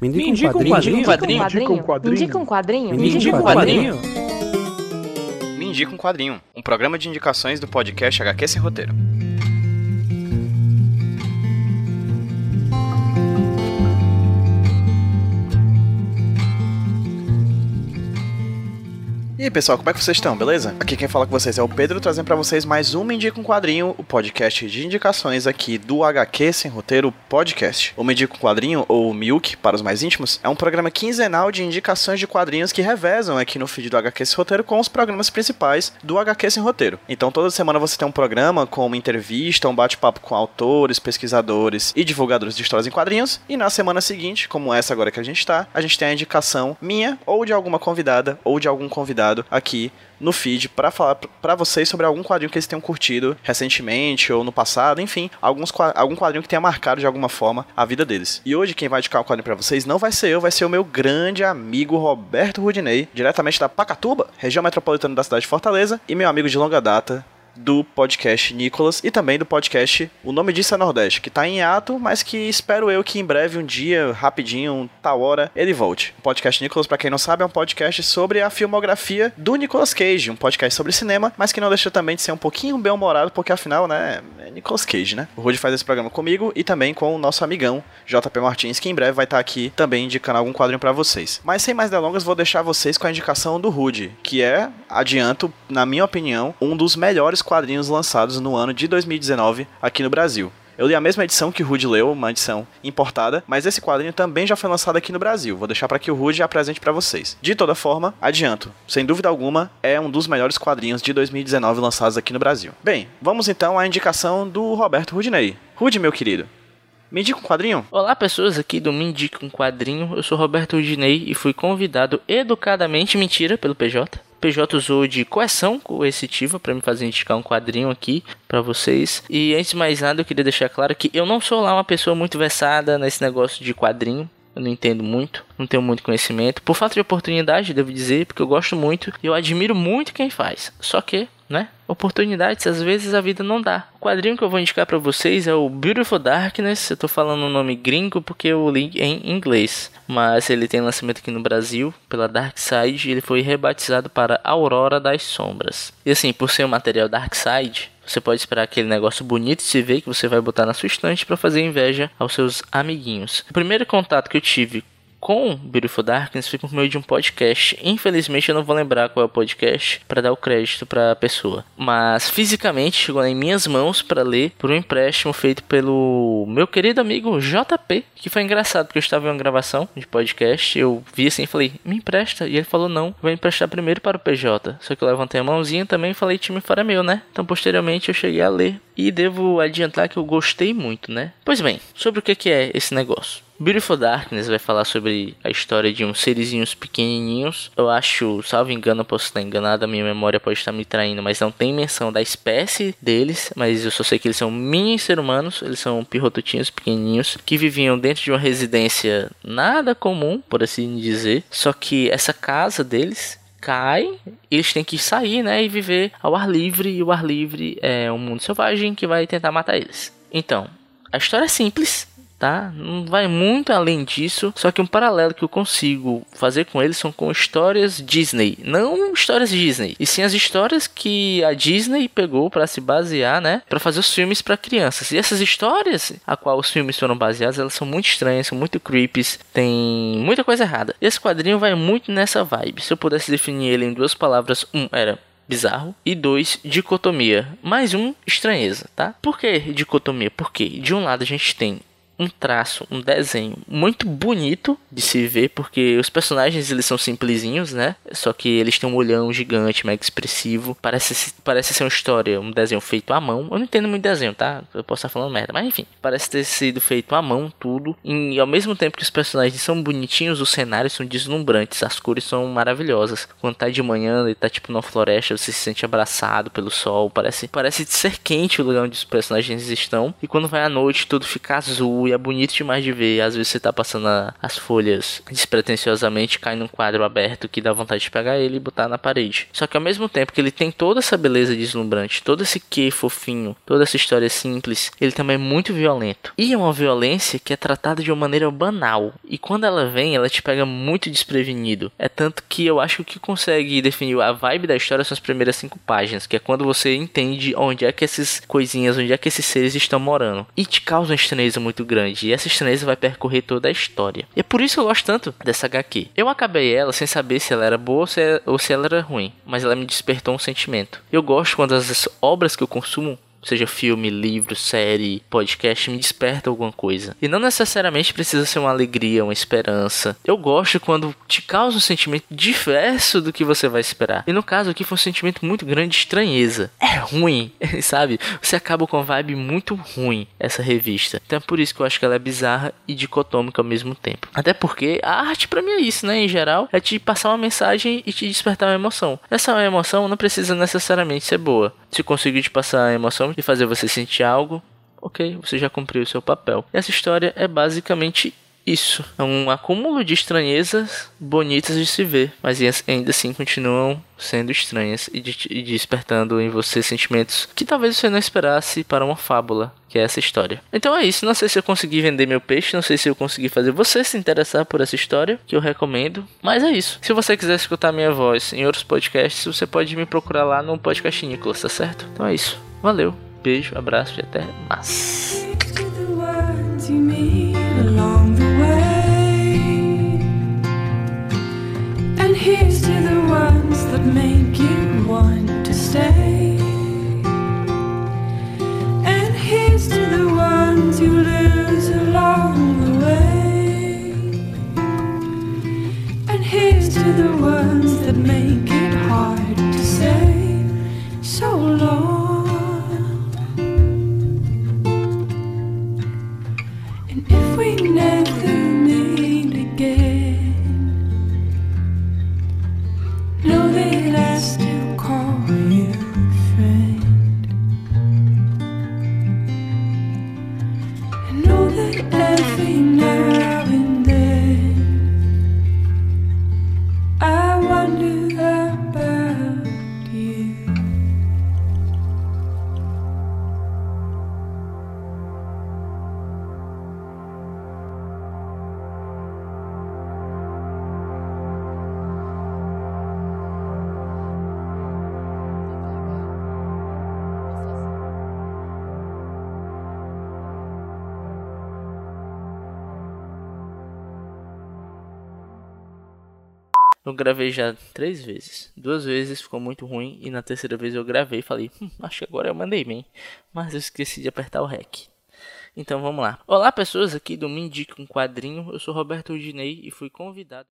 Me indica um quadrinho. Me indica um quadrinho. Me indica um quadrinho. Me indica um quadrinho. Um programa de indicações do podcast HQ Sem Roteiro. E aí pessoal, como é que vocês estão, beleza? Aqui quem fala com vocês é o Pedro, trazendo pra vocês mais um Me Indica um Quadrinho, o podcast de indicações aqui do HQ Sem Roteiro Podcast. O Me Indica um Quadrinho, ou MIUC para os mais íntimos, é um programa quinzenal de indicações de quadrinhos que revezam aqui no feed do HQ Sem Roteiro com os programas principais do HQ Sem Roteiro. Então toda semana você tem um programa com uma entrevista, um bate-papo com autores, pesquisadores e divulgadores de histórias em quadrinhos, e na semana seguinte, como essa agora que a gente tem a indicação minha, ou de alguma convidada, ou de algum convidado aqui no feed para falar para vocês sobre algum quadrinho que eles tenham curtido recentemente ou no passado, enfim, algum quadrinho que tenha marcado de alguma forma a vida deles. E hoje quem vai indicar o quadrinho para vocês não vai ser eu, vai ser o meu grande amigo Roberto Rudinei, diretamente da Pacatuba, região metropolitana da cidade de Fortaleza, e meu amigo de longa data do podcast Nicolas e também do podcast O Nome Disso é Nordeste, que tá em hiato, mas que espero eu que em breve, um dia, rapidinho, tal hora, ele volte. O podcast Nicolas, pra quem não sabe, é um podcast sobre a filmografia do Nicolas Cage, um podcast sobre cinema, mas que não deixa também de ser um pouquinho bem-humorado, porque afinal, né, é Nicolas Cage, né? O Rudy faz esse programa comigo e também com o nosso amigão JP Martins, que em breve vai estar aqui também indicando algum quadrinho pra vocês. Mas sem mais delongas, vou deixar vocês com a indicação do Rudy, que é, adianto, na minha opinião, um dos melhores quadrinhos lançados no ano de 2019 aqui no Brasil. Eu li a mesma edição que o Rudy leu, uma edição importada, mas esse quadrinho também já foi lançado aqui no Brasil. Vou deixar para que o Rudy apresente para vocês. De toda forma, adianto, sem dúvida alguma, é um dos melhores quadrinhos de 2019 lançados aqui no Brasil. Bem, vamos então à indicação do Roberto Rudinei. Rudy, meu querido, me indica um quadrinho? Olá pessoas, aqui do Me Indica um Quadrinho. Eu sou Roberto Rudinei e fui convidado educadamente, mentira, pelo PJ. PJ usou de coerção coercitiva para me fazer indicar um quadrinho aqui para vocês. E antes de mais nada, eu queria deixar claro que eu não sou lá uma pessoa muito versada nesse negócio de quadrinho. Eu não entendo muito, não tenho muito conhecimento. Por falta de oportunidade, devo dizer, porque eu gosto muito e eu admiro muito quem faz. Só que, né, oportunidades às vezes a vida não dá. O quadrinho que eu vou indicar para vocês é o Beautiful Darkness. Eu tô falando o nome gringo porque eu li em inglês, mas ele tem lançamento aqui no Brasil pela Dark Side e ele foi rebatizado para Aurora das Sombras. E assim, por ser um material Dark Side, você pode esperar aquele negócio bonito de se ver que você vai botar na sua estante para fazer inveja aos seus amiguinhos. O primeiro contato que eu tive com Beautiful Darkness foi por meio de um podcast. Infelizmente eu não vou lembrar qual é o podcast para dar o crédito para a pessoa, mas fisicamente chegou em minhas mãos para ler por um empréstimo feito pelo meu querido amigo JP, que foi engraçado porque eu estava em uma gravação de podcast, eu vi assim e falei, me empresta, e ele falou não, vou emprestar primeiro para o PJ, só que eu levantei a mãozinha também e falei, time fora meu, né? Então posteriormente eu cheguei a ler e devo adiantar que eu gostei muito, né? Pois bem, sobre o que é esse negócio? Beautiful Darkness vai falar sobre a história de uns serizinhos pequenininhos. Eu acho, salvo engano, posso estar enganado, a minha memória pode estar me traindo, mas não tem menção da espécie deles, mas eu só sei que eles são mini seres humanos, eles são pirrototinhos pequenininhos que viviam dentro de uma residência nada comum, por assim dizer, só que essa casa deles cai, eles têm que sair, né, e viver ao ar livre, e o ar livre é um mundo selvagem que vai tentar matar eles. Então, a história é simples, tá? Não vai muito além disso, só que um paralelo que eu consigo fazer com eles são com histórias Disney, não histórias Disney, e sim as histórias que a Disney pegou para se basear, né, para fazer os filmes para crianças. E essas histórias a qual os filmes foram baseados, elas são muito estranhas, são muito creepy, tem muita coisa errada. Esse quadrinho vai muito nessa vibe. Se eu pudesse definir ele em duas palavras, era bizarro e 2, dicotomia, mais estranheza, tá? Por que dicotomia? Porque de um lado a gente tem um traço, um desenho muito bonito de se ver, porque os personagens eles são simplesinhos, né? Só que eles têm um olhão gigante, mega expressivo. Parece ser uma história, um desenho feito à mão. Eu não entendo muito desenho, tá? Eu posso estar falando merda, mas enfim, parece ter sido feito à mão tudo. E ao mesmo tempo que os personagens são bonitinhos, os cenários são deslumbrantes, as cores são maravilhosas. Quando tá de manhã e tá tipo numa floresta, você se sente abraçado pelo sol, parece ser quente o lugar onde os personagens estão. E quando vai à noite, tudo fica azul e é bonito demais de ver. Às vezes você tá passando as folhas despretensiosamente, cai num quadro aberto que dá vontade de pegar ele e botar na parede. Só que ao mesmo tempo que ele tem toda essa beleza deslumbrante, todo esse quê fofinho, toda essa história simples, ele também é muito violento. E é uma violência que é tratada de uma maneira banal. E quando ela vem, ela te pega muito desprevenido. É tanto que eu acho que o que consegue definir a vibe da história são as primeiras 5 páginas, que é quando você entende onde é que essas coisinhas, onde é que esses seres estão morando. E te causa uma estranheza muito grande. E essa estranheza vai percorrer toda a história. E é por isso que eu gosto tanto dessa HQ. Eu acabei ela sem saber se ela era boa ou se ela era ruim, mas ela me despertou um sentimento. Eu gosto quando as obras que eu consumo, seja filme, livro, série, podcast, me desperta alguma coisa. E não necessariamente precisa ser uma alegria, uma esperança. Eu gosto quando te causa um sentimento diverso do que você vai esperar. E no caso aqui foi um sentimento muito grande de estranheza. É ruim, sabe? Você acaba com uma vibe muito ruim, essa revista. Então é por isso que eu acho que ela é bizarra e dicotômica ao mesmo tempo. Até porque a arte pra mim é isso, né? Em geral, é te passar uma mensagem e te despertar uma emoção. Essa emoção não precisa necessariamente ser boa. Se conseguir te passar a emoção de fazer você sentir algo, ok, você já cumpriu o seu papel. Essa história é basicamente isso. É um acúmulo de estranhezas bonitas de se ver, mas ainda assim continuam sendo estranhas e despertando em você sentimentos que talvez você não esperasse para uma fábula, que é essa história. Então é isso, não sei se eu consegui vender meu peixe, não sei se eu consegui fazer você se interessar por essa história, que eu recomendo, mas é isso. Se você quiser escutar minha voz em outros podcasts, você pode me procurar lá no podcast Nicolas, tá certo? Então é isso, valeu, beijo, abraço e até mais. And here's to the ones that make you want to stay. And here's to the ones you lose along the way. And here's to the ones that make it hard to say so long. And if we never meet again, know that I still call you friend. And know that every now and then I wonder about you. Eu gravei já 3 vezes. 2 vezes ficou muito ruim. E na terceira vez eu gravei e falei, acho que agora eu mandei bem. Mas eu esqueci de apertar o REC. Então vamos lá. Olá pessoas, aqui do Me Indique um Quadrinho. Eu sou Roberto Udinei e fui convidado...